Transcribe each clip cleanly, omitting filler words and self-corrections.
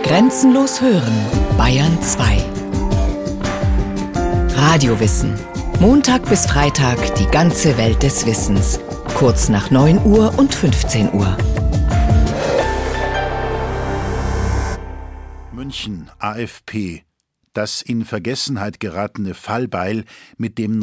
Grenzenlos hören, Bayern 2. Radiowissen. Montag bis Freitag die ganze Welt des Wissens. Kurz nach 9 Uhr und 15 Uhr. München, AfP. Das in Vergessenheit geratene Fallbeil, mit dem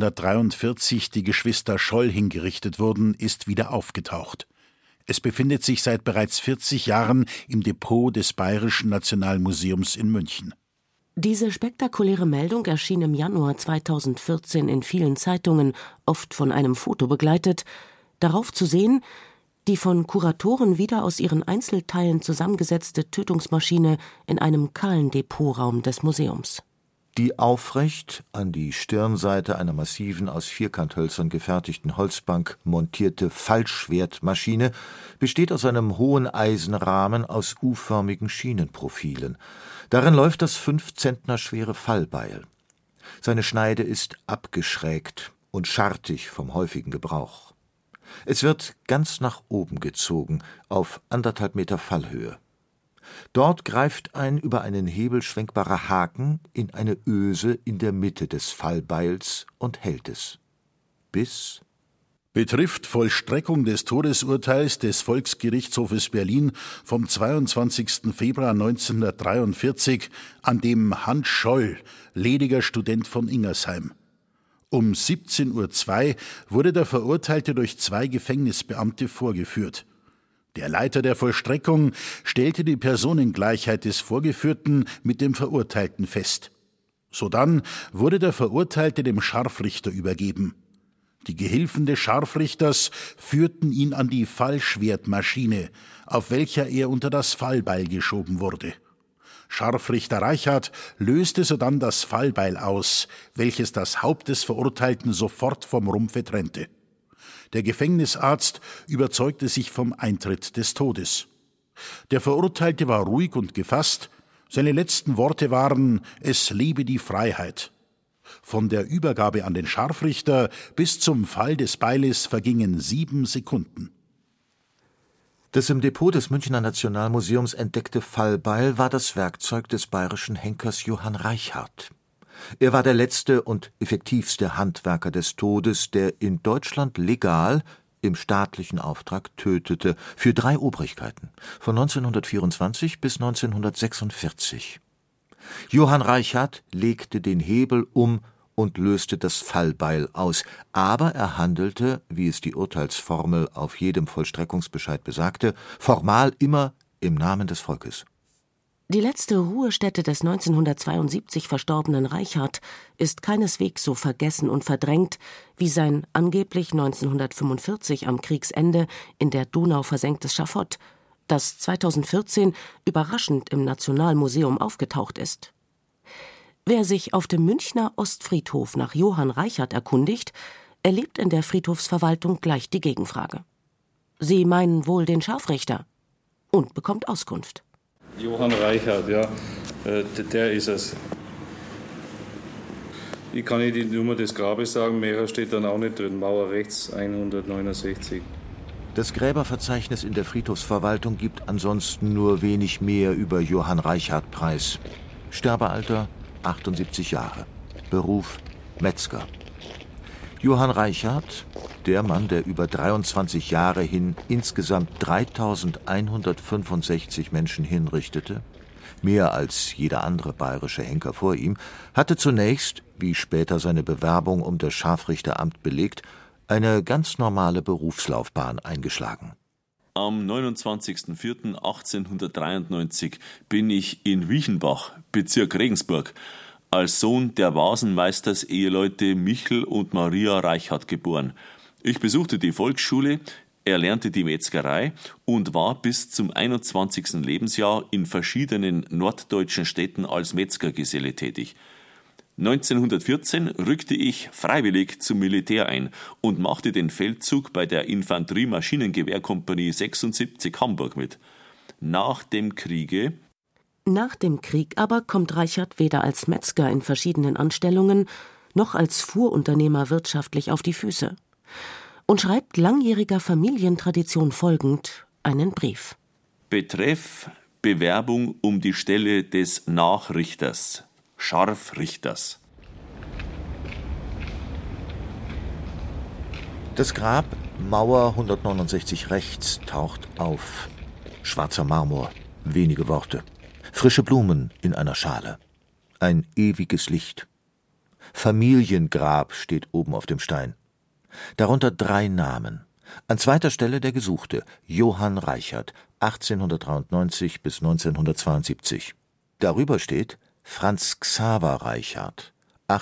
1943 die Geschwister Scholl hingerichtet wurden, ist wieder aufgetaucht. Es befindet sich seit bereits 40 Jahren im Depot des Bayerischen Nationalmuseums in München. Diese spektakuläre Meldung erschien im Januar 2014 in vielen Zeitungen, oft von einem Foto begleitet. Darauf zu sehen: die von Kuratoren wieder aus ihren Einzelteilen zusammengesetzte Tötungsmaschine in einem kahlen Depotraum des Museums. Die aufrecht an die Stirnseite einer massiven, aus Vierkanthölzern gefertigten Holzbank montierte Fallschwertmaschine besteht aus einem hohen Eisenrahmen aus U-förmigen Schienenprofilen. Darin läuft das 5 Zentner schwere Fallbeil. Seine Schneide ist abgeschrägt und schartig vom häufigen Gebrauch. Es wird ganz nach oben gezogen, auf 1,5 Meter Fallhöhe. Dort greift ein über einen Hebel schwenkbarer Haken in eine Öse in der Mitte des Fallbeils und hält es. Bis Betrifft Vollstreckung des Todesurteils des Volksgerichtshofes Berlin vom 22. Februar 1943 an dem Hans Scholl, lediger Student von Ingersheim. Um 17:02 Uhr wurde der Verurteilte durch 2 Gefängnisbeamte vorgeführt. Der Leiter der Vollstreckung stellte die Personengleichheit des Vorgeführten mit dem Verurteilten fest. Sodann wurde der Verurteilte dem Scharfrichter übergeben. Die Gehilfen des Scharfrichters führten ihn an die Fallschwertmaschine, auf welcher er unter das Fallbeil geschoben wurde. Scharfrichter Reichhardt löste sodann das Fallbeil aus, welches das Haupt des Verurteilten sofort vom Rumpfe trennte. Der Gefängnisarzt überzeugte sich vom Eintritt des Todes. Der Verurteilte war ruhig und gefasst. Seine letzten Worte waren: Es lebe die Freiheit. Von der Übergabe an den Scharfrichter bis zum Fall des Beiles vergingen 7 Sekunden. Das im Depot des Münchner Nationalmuseums entdeckte Fallbeil war das Werkzeug des bayerischen Henkers Johann Reichhardt. Er war der letzte und effektivste Handwerker des Todes, der in Deutschland legal im staatlichen Auftrag tötete, für 3 Obrigkeiten, von 1924 bis 1946. Johann Reichhardt legte den Hebel um und löste das Fallbeil aus, aber er handelte, wie es die Urteilsformel auf jedem Vollstreckungsbescheid besagte, formal immer im Namen des Volkes. Die letzte Ruhestätte des 1972 verstorbenen Reichhardt ist keineswegs so vergessen und verdrängt wie sein angeblich 1945 am Kriegsende in der Donau versenktes Schafott, das 2014 überraschend im Nationalmuseum aufgetaucht ist. Wer sich auf dem Münchner Ostfriedhof nach Johann Reichhardt erkundigt, erlebt in der Friedhofsverwaltung gleich die Gegenfrage. Sie meinen wohl den Scharfrichter? Und bekommt Auskunft. Johann Reichhardt, ja, der ist es. Ich kann nicht die Nummer des Grabes sagen, mehr steht dann auch nicht drin. Mauer rechts 169. Das Gräberverzeichnis in der Friedhofsverwaltung gibt ansonsten nur wenig mehr über Johann Reichhardt preis. Sterbealter 78 Jahre. Beruf Metzger. Johann Reichhardt, der Mann, der über 23 Jahre hin insgesamt 3165 Menschen hinrichtete, mehr als jeder andere bayerische Henker vor ihm, hatte zunächst, wie später seine Bewerbung um das Scharfrichteramt belegt, eine ganz normale Berufslaufbahn eingeschlagen. Am 29.04.1893 bin ich in Wiechenbach, Bezirk Regensburg, als Sohn der Vasenmeisters-Eheleute Michel und Maria Reichhardt geboren. Ich besuchte die Volksschule, erlernte die Metzgerei und war bis zum 21. Lebensjahr in verschiedenen norddeutschen Städten als Metzgergeselle tätig. 1914 rückte ich freiwillig zum Militär ein und machte den Feldzug bei der Infanterie-Maschinengewehrkompanie 76 Hamburg mit. Nach dem Krieg aber kommt Reichhardt weder als Metzger in verschiedenen Anstellungen noch als Fuhrunternehmer wirtschaftlich auf die Füße und schreibt langjähriger Familientradition folgend einen Brief. Betreff Bewerbung um die Stelle des Nachrichters, Scharfrichters. Das Grab, Mauer 169 rechts, taucht auf. Schwarzer Marmor, wenige Worte. Frische Blumen in einer Schale. Ein ewiges Licht. Familiengrab steht oben auf dem Stein. Darunter 3 Namen. An zweiter Stelle der Gesuchte, Johann Reichert, 1893 bis 1972. Darüber steht Franz Xaver Reichart,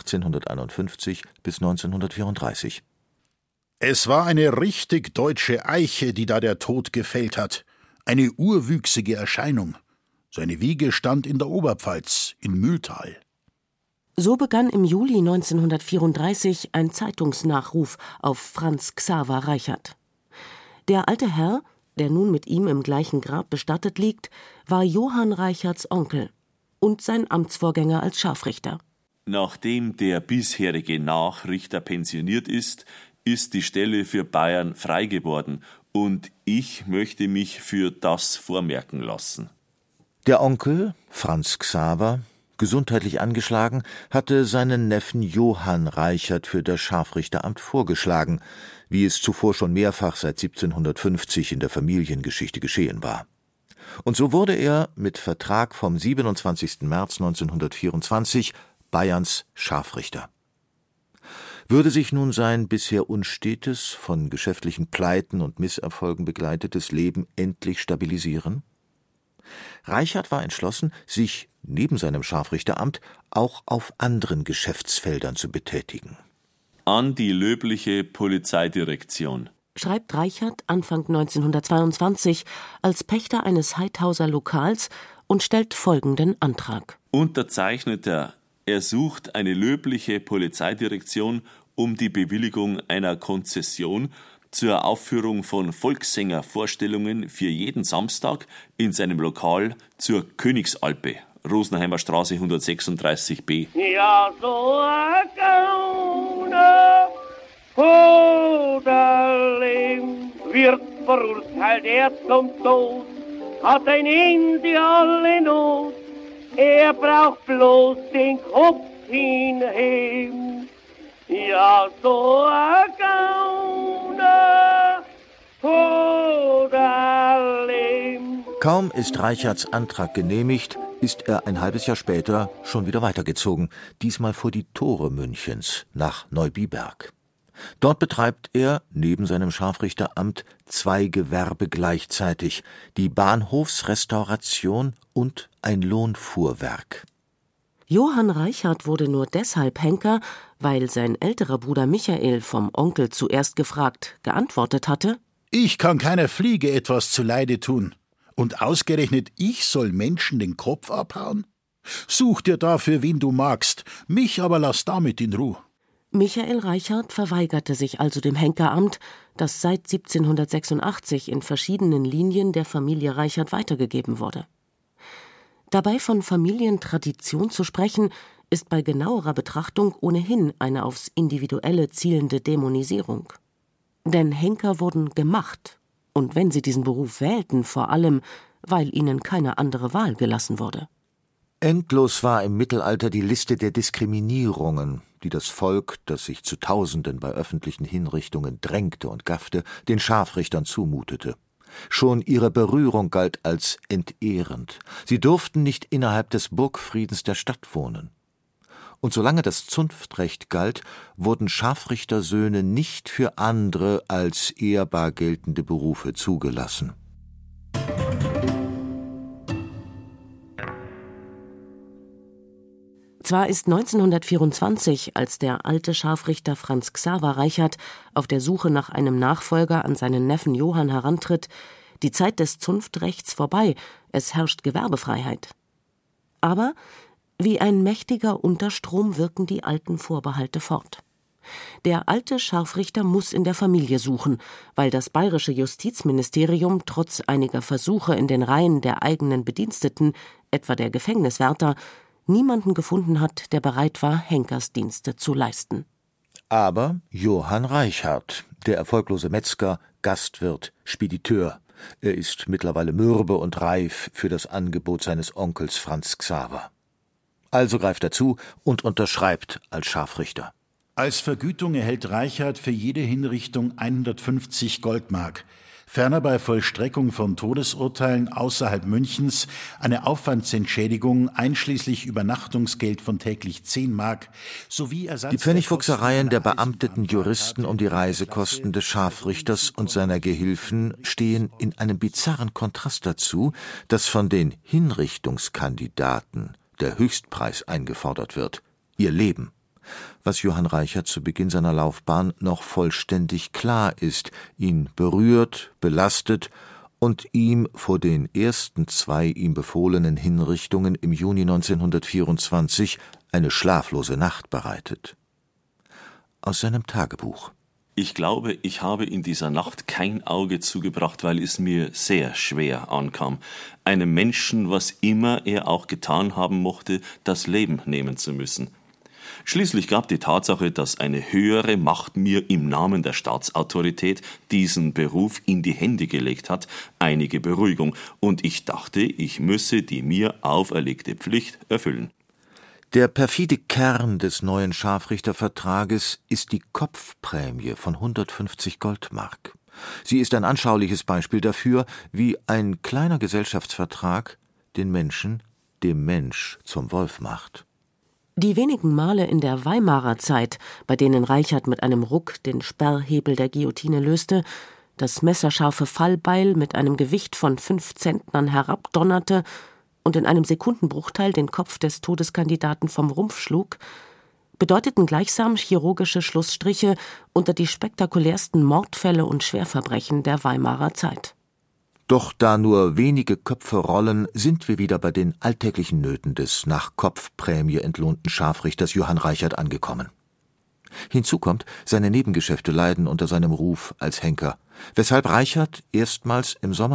1851 bis 1934. Es war eine richtig deutsche Eiche, die da der Tod gefällt hat. Eine urwüchsige Erscheinung. Seine Wiege stand in der Oberpfalz, in Mühltal. So begann im Juli 1934 ein Zeitungsnachruf auf Franz Xaver Reichart. Der alte Herr, der nun mit ihm im gleichen Grab bestattet liegt, war Johann Reicharts Onkel und sein Amtsvorgänger als Scharfrichter. Nachdem der bisherige Nachrichter pensioniert ist, ist die Stelle für Bayern frei geworden und ich möchte mich für das vormerken lassen. Der Onkel, Franz Xaver, gesundheitlich angeschlagen, hatte seinen Neffen Johann Reichart für das Scharfrichteramt vorgeschlagen, wie es zuvor schon mehrfach seit 1750 in der Familiengeschichte geschehen war. Und so wurde er mit Vertrag vom 27. März 1924 Bayerns Scharfrichter. Würde sich nun sein bisher unstetes, von geschäftlichen Pleiten und Misserfolgen begleitetes Leben endlich stabilisieren? Reichart war entschlossen, sich neben seinem Scharfrichteramt auch auf anderen Geschäftsfeldern zu betätigen. An die löbliche Polizeidirektion, schreibt Reichart Anfang 1922 als Pächter eines Heidhauser Lokals und stellt folgenden Antrag. Unterzeichnet er sucht eine löbliche Polizeidirektion um die Bewilligung einer Konzession zur Aufführung von Volkssängervorstellungen für jeden Samstag in seinem Lokal zur Königsalpe, Rosenheimer Straße 136b. Ja, so ein Gauner, Hoderling, wird verurteilt er zum Tod, hat ein Ende alle Not, er braucht bloß den Kopf hinheben. Ja, so ein Gauner, Hoderling. Kaum ist Reicharts Antrag genehmigt, ist er ein halbes Jahr später schon wieder weitergezogen, diesmal vor die Tore Münchens, nach Neubiberg. Dort betreibt er, neben seinem Scharfrichteramt, 2 Gewerbe gleichzeitig, die Bahnhofsrestauration und ein Lohnfuhrwerk. Johann Reichart wurde nur deshalb Henker, weil sein älterer Bruder Michael vom Onkel zuerst gefragt geantwortet hatte: Ich kann keiner Fliege etwas zuleide tun. Und ausgerechnet ich soll Menschen den Kopf abhauen? Such dir dafür, wen du magst, mich aber lass damit in Ruhe. Michael Reichart verweigerte sich also dem Henkeramt, das seit 1786 in verschiedenen Linien der Familie Reichart weitergegeben wurde. Dabei von Familientradition zu sprechen, ist bei genauerer Betrachtung ohnehin eine aufs Individuelle zielende Dämonisierung. Denn Henker wurden gemacht, und wenn sie diesen Beruf wählten, vor allem, weil ihnen keine andere Wahl gelassen wurde. Endlos war im Mittelalter die Liste der Diskriminierungen, die das Volk, das sich zu Tausenden bei öffentlichen Hinrichtungen drängte und gaffte, den Scharfrichtern zumutete. Schon ihre Berührung galt als entehrend. Sie durften nicht innerhalb des Burgfriedens der Stadt wohnen. Und solange das Zunftrecht galt, wurden Scharfrichtersöhne nicht für andere als ehrbar geltende Berufe zugelassen. Zwar ist 1924, als der alte Scharfrichter Franz Xaver Reichart auf der Suche nach einem Nachfolger an seinen Neffen Johann herantritt, die Zeit des Zunftrechts vorbei, es herrscht Gewerbefreiheit. Aber wie ein mächtiger Unterstrom wirken die alten Vorbehalte fort. Der alte Scharfrichter muss in der Familie suchen, weil das bayerische Justizministerium trotz einiger Versuche in den Reihen der eigenen Bediensteten, etwa der Gefängniswärter, niemanden gefunden hat, der bereit war, Henkersdienste zu leisten. Aber Johann Reichart, der erfolglose Metzger, Gastwirt, Spediteur, Er ist mittlerweile mürbe und reif für das Angebot seines Onkels Franz Xaver. Also greift er zu und unterschreibt als Scharfrichter. Als Vergütung erhält Reichard für jede Hinrichtung 150 Goldmark. Ferner bei Vollstreckung von Todesurteilen außerhalb Münchens eine Aufwandsentschädigung einschließlich Übernachtungsgeld von täglich 10 Mark sowie Ersatz. Die Pfennigfuchsereien der beamteten Juristen um die Reisekosten des Scharfrichters und seiner Gehilfen stehen in einem bizarren Kontrast dazu, dass von den Hinrichtungskandidaten der Höchstpreis eingefordert wird: ihr Leben. Was Johann Reichard zu Beginn seiner Laufbahn noch vollständig klar ist, ihn berührt, belastet und ihm vor den ersten 2 ihm befohlenen Hinrichtungen im Juni 1924 eine schlaflose Nacht bereitet. Aus seinem Tagebuch. Ich glaube, ich habe in dieser Nacht kein Auge zugebracht, weil es mir sehr schwer ankam, einem Menschen, was immer er auch getan haben mochte, das Leben nehmen zu müssen. Schließlich gab die Tatsache, dass eine höhere Macht mir im Namen der Staatsautorität diesen Beruf in die Hände gelegt hat, einige Beruhigung, und ich dachte, ich müsse die mir auferlegte Pflicht erfüllen. Der perfide Kern des neuen Scharfrichtervertrages ist die Kopfprämie von 150 Goldmark. Sie ist ein anschauliches Beispiel dafür, wie ein kleiner Gesellschaftsvertrag den Menschen dem Mensch zum Wolf macht. Die wenigen Male in der Weimarer Zeit, bei denen Reichard mit einem Ruck den Sperrhebel der Guillotine löste, das messerscharfe Fallbeil mit einem Gewicht von 5 Zentnern herabdonnerte und in einem Sekundenbruchteil den Kopf des Todeskandidaten vom Rumpf schlug, bedeuteten gleichsam chirurgische Schlussstriche unter die spektakulärsten Mordfälle und Schwerverbrechen der Weimarer Zeit. Doch da nur wenige Köpfe rollen, sind wir wieder bei den alltäglichen Nöten des nach Kopfprämie entlohnten Scharfrichters Johann Reichard angekommen. Hinzu kommt, seine Nebengeschäfte leiden unter seinem Ruf als Henker, weshalb Reichard erstmals im Sommer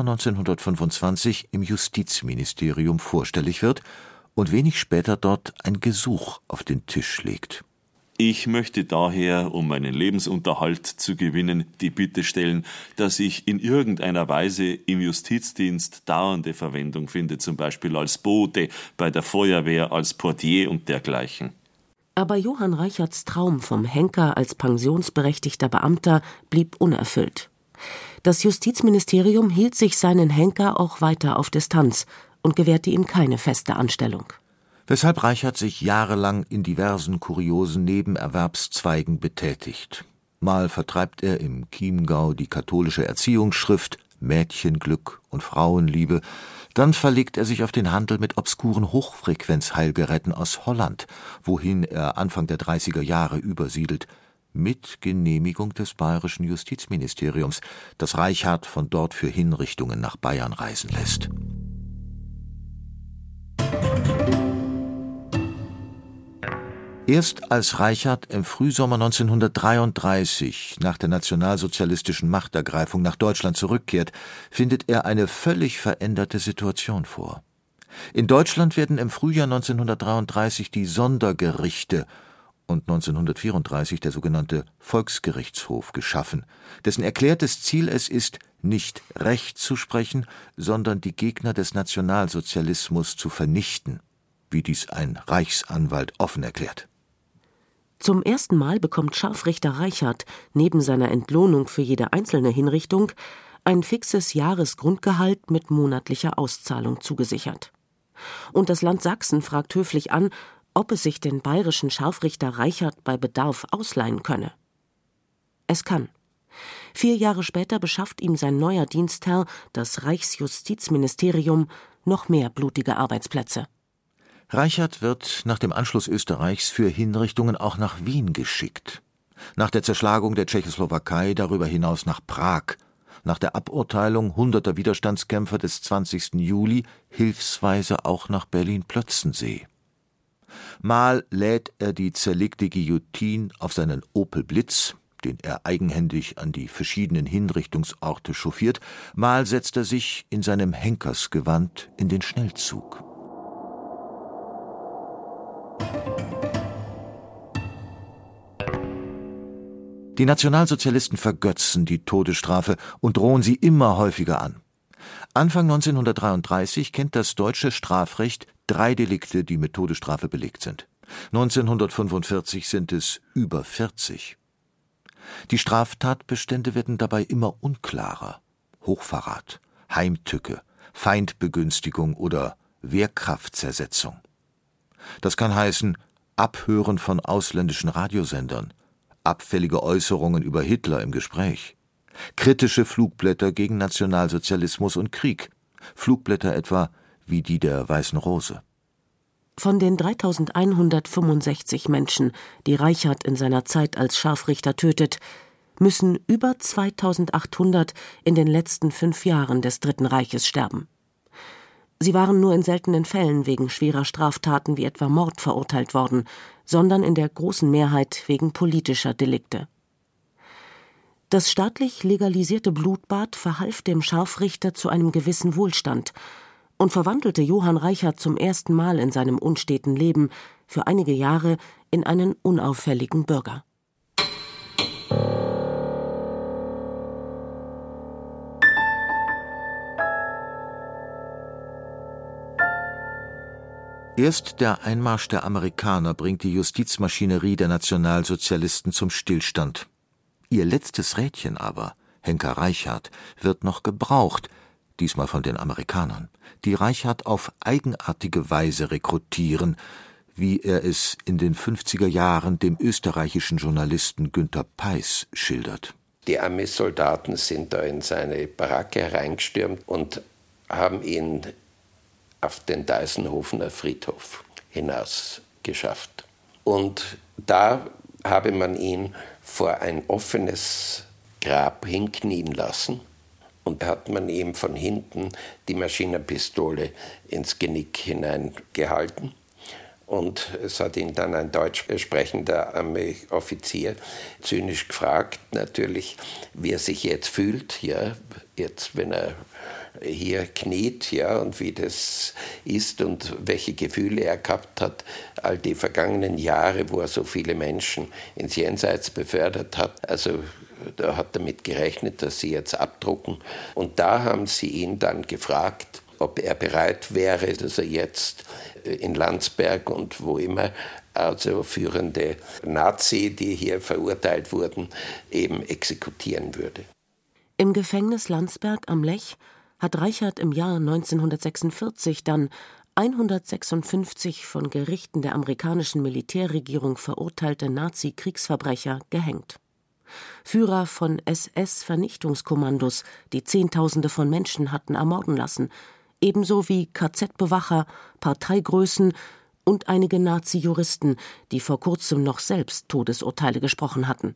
1925 im Justizministerium vorstellig wird und wenig später dort ein Gesuch auf den Tisch legt. Ich möchte daher, um meinen Lebensunterhalt zu gewinnen, die Bitte stellen, dass ich in irgendeiner Weise im Justizdienst dauernde Verwendung finde, zum Beispiel als Bote, bei der Feuerwehr, als Portier und dergleichen. Aber Johann Reichards Traum vom Henker als pensionsberechtigter Beamter blieb unerfüllt. Das Justizministerium hielt sich seinen Henker auch weiter auf Distanz und gewährte ihm keine feste Anstellung. Weshalb Reichard sich jahrelang in diversen kuriosen Nebenerwerbszweigen betätigt. Mal vertreibt er im Chiemgau die katholische Erziehungsschrift Mädchenglück und Frauenliebe, dann verlegt er sich auf den Handel mit obskuren Hochfrequenzheilgeräten aus Holland, wohin er Anfang der 30er Jahre übersiedelt, mit Genehmigung des bayerischen Justizministeriums, das Reichard von dort für Hinrichtungen nach Bayern reisen lässt. Erst als Reichard im Frühsommer 1933 nach der nationalsozialistischen Machtergreifung nach Deutschland zurückkehrt, findet er eine völlig veränderte Situation vor. In Deutschland werden im Frühjahr 1933 die Sondergerichte und 1934 der sogenannte Volksgerichtshof geschaffen, dessen erklärtes Ziel es ist, nicht Recht zu sprechen, sondern die Gegner des Nationalsozialismus zu vernichten, wie dies ein Reichsanwalt offen erklärt. Zum ersten Mal bekommt Scharfrichter Reichard neben seiner Entlohnung für jede einzelne Hinrichtung ein fixes Jahresgrundgehalt mit monatlicher Auszahlung zugesichert. Und das Land Sachsen fragt höflich an, ob es sich den bayerischen Scharfrichter Reichard bei Bedarf ausleihen könne. Es kann. 4 Jahre später beschafft ihm sein neuer Dienstherr, das Reichsjustizministerium, noch mehr blutige Arbeitsplätze. Reichard wird nach dem Anschluss Österreichs für Hinrichtungen auch nach Wien geschickt. Nach der Zerschlagung der Tschechoslowakei darüber hinaus nach Prag. Nach der Aburteilung hunderter Widerstandskämpfer des 20. Juli hilfsweise auch nach Berlin-Plötzensee. Mal lädt er die zerlegte Guillotine auf seinen Opel Blitz, den er eigenhändig an die verschiedenen Hinrichtungsorte chauffiert, mal setzt er sich in seinem Henkersgewand in den Schnellzug. Die Nationalsozialisten vergötzen die Todesstrafe und drohen sie immer häufiger an. Anfang 1933 kennt das deutsche Strafrecht 3 Delikte, die mit Todesstrafe belegt sind. 1945 sind es über 40. Die Straftatbestände werden dabei immer unklarer. Hochverrat, Heimtücke, Feindbegünstigung oder Wehrkraftzersetzung. Das kann heißen Abhören von ausländischen Radiosendern, abfällige Äußerungen über Hitler im Gespräch, kritische Flugblätter gegen Nationalsozialismus und Krieg, Flugblätter etwa wie die der Weißen Rose. Von den 3165 Menschen, die Reichert in seiner Zeit als Scharfrichter tötet, müssen über 2800 in den letzten 5 Jahren des Dritten Reiches sterben. Sie waren nur in seltenen Fällen wegen schwerer Straftaten wie etwa Mord verurteilt worden, sondern in der großen Mehrheit wegen politischer Delikte. Das staatlich legalisierte Blutbad verhalf dem Scharfrichter zu einem gewissen Wohlstand und verwandelte Johann Reichert zum ersten Mal in seinem unsteten Leben für einige Jahre in einen unauffälligen Bürger. Erst der Einmarsch der Amerikaner bringt die Justizmaschinerie der Nationalsozialisten zum Stillstand. Ihr letztes Rädchen aber, Henker Reichert, wird noch gebraucht, diesmal von den Amerikanern, die Reichert auf eigenartige Weise rekrutieren, wie er es in den 50er Jahren dem österreichischen Journalisten Günter Peis schildert. Die Armeesoldaten sind da in seine Baracke hereingestürmt und haben ihn auf den Deisenhofener Friedhof hinaus geschafft. Und da habe man ihn vor ein offenes Grab hinknien lassen und da hat man ihm von hinten die Maschinenpistole ins Genick hineingehalten. Und es hat ihn dann ein deutsch sprechender Armeeoffizier zynisch gefragt, natürlich, wie er sich jetzt fühlt, ja, jetzt, wenn er hier kniet, ja, und wie das ist und welche Gefühle er gehabt hat, all die vergangenen Jahre, wo er so viele Menschen ins Jenseits befördert hat. Also da hat er damit gerechnet, dass sie jetzt abdrucken. Und da haben sie ihn dann gefragt, ob er bereit wäre, dass er jetzt in Landsberg und wo immer, also führende Nazi, die hier verurteilt wurden, eben exekutieren würde. Im Gefängnis Landsberg am Lech hat Reichert im Jahr 1946 dann 156 von Gerichten der amerikanischen Militärregierung verurteilte Nazi-Kriegsverbrecher gehängt. Führer von SS-Vernichtungskommandos, die Zehntausende von Menschen hatten ermorden lassen, ebenso wie KZ-Bewacher, Parteigrößen und einige Nazi-Juristen, die vor kurzem noch selbst Todesurteile gesprochen hatten.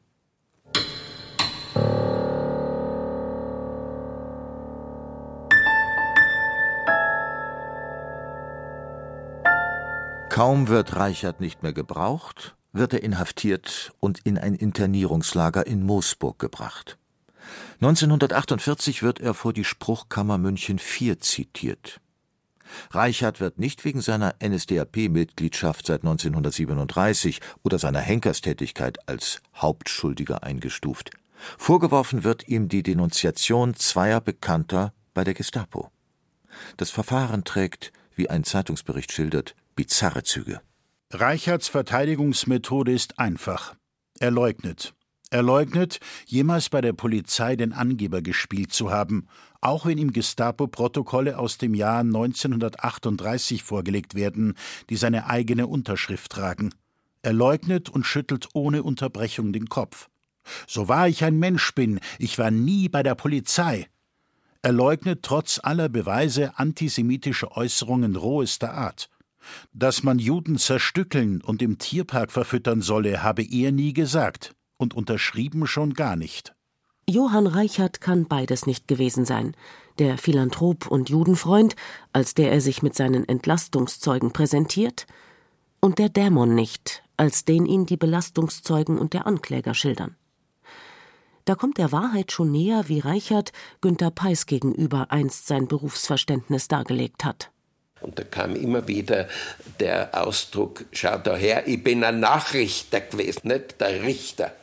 Kaum wird Reichert nicht mehr gebraucht, wird er inhaftiert und in ein Internierungslager in Moosburg gebracht. 1948 wird er vor die Spruchkammer München IV zitiert. Reichert wird nicht wegen seiner NSDAP-Mitgliedschaft seit 1937 oder seiner Henkerstätigkeit als Hauptschuldiger eingestuft. Vorgeworfen wird ihm die Denunziation zweier Bekannter bei der Gestapo. Das Verfahren trägt, wie ein Zeitungsbericht schildert, bizarre Züge. Reicherts Verteidigungsmethode ist einfach. Er leugnet. Er leugnet, jemals bei der Polizei den Angeber gespielt zu haben, auch wenn ihm Gestapo-Protokolle aus dem Jahr 1938 vorgelegt werden, die seine eigene Unterschrift tragen. Er leugnet und schüttelt ohne Unterbrechung den Kopf. So wahr ich ein Mensch bin, ich war nie bei der Polizei. Er leugnet trotz aller Beweise antisemitische Äußerungen rohester Art. Dass man Juden zerstückeln und im Tierpark verfüttern solle, habe er nie gesagt und unterschrieben schon gar nicht. Johann Reichert kann beides nicht gewesen sein. Der Philanthrop und Judenfreund, als der er sich mit seinen Entlastungszeugen präsentiert, und der Dämon nicht, als den ihn die Belastungszeugen und der Ankläger schildern. Da kommt der Wahrheit schon näher, wie Reichert Günter Peis gegenüber einst sein Berufsverständnis dargelegt hat. Und da kam immer wieder der Ausdruck, schau da her, ich bin ein Nachrichter gewesen, nicht der Richter.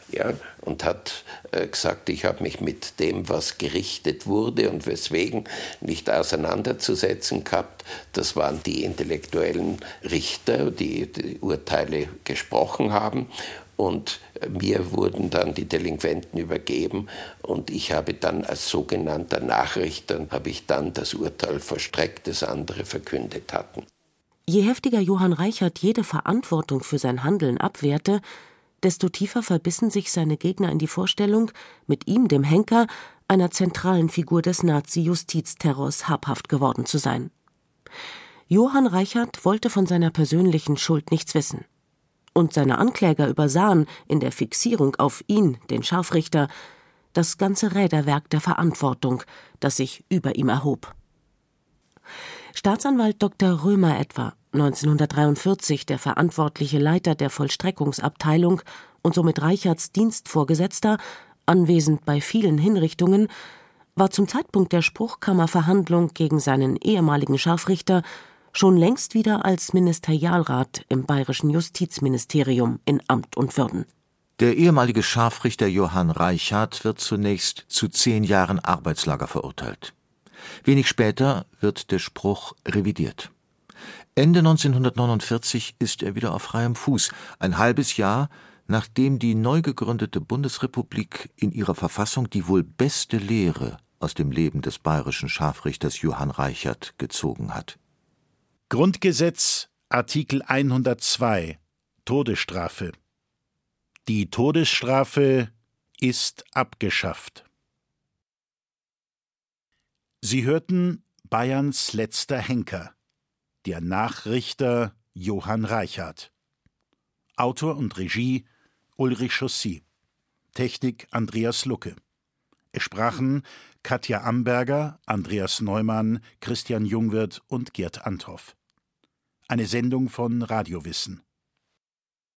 Ja, und hat gesagt, ich habe mich mit dem, was gerichtet wurde und weswegen, nicht auseinanderzusetzen gehabt. Das waren die intellektuellen Richter, die die Urteile gesprochen haben. Und mir wurden dann die Delinquenten übergeben und ich habe dann als sogenannter Nachrichter habe ich dann das Urteil vollstreckt, das andere verkündet hatten. Je heftiger Johann Reichert jede Verantwortung für sein Handeln abwehrte, desto tiefer verbissen sich seine Gegner in die Vorstellung, mit ihm, dem Henker, einer zentralen Figur des Nazi-Justizterrors habhaft geworden zu sein. Johann Reichert wollte von seiner persönlichen Schuld nichts wissen. Und seine Ankläger übersahen in der Fixierung auf ihn, den Scharfrichter, das ganze Räderwerk der Verantwortung, das sich über ihm erhob. Staatsanwalt Dr. Römer etwa, 1943 der verantwortliche Leiter der Vollstreckungsabteilung und somit Reicherts Dienstvorgesetzter, anwesend bei vielen Hinrichtungen, war zum Zeitpunkt der Spruchkammerverhandlung gegen seinen ehemaligen Scharfrichter schon längst wieder als Ministerialrat im bayerischen Justizministerium in Amt und Würden. Der ehemalige Scharfrichter Johann Reichert wird zunächst zu 10 Jahren Arbeitslager verurteilt. Wenig später wird der Spruch revidiert. Ende 1949 ist er wieder auf freiem Fuß, ein halbes Jahr, nachdem die neu gegründete Bundesrepublik in ihrer Verfassung die wohl beste Lehre aus dem Leben des bayerischen Scharfrichters Johann Reichert gezogen hat. Grundgesetz, Artikel 102, Todesstrafe. Die Todesstrafe ist abgeschafft. Sie hörten Bayerns letzter Henker, der Nachrichter Johann Reichert. Autor und Regie Ulrich Chaussy. Technik Andreas Lucke. Es sprachen Katja Amberger, Andreas Neumann, Christian Jungwirth und Gerd Anthoff. Eine Sendung von Radiowissen.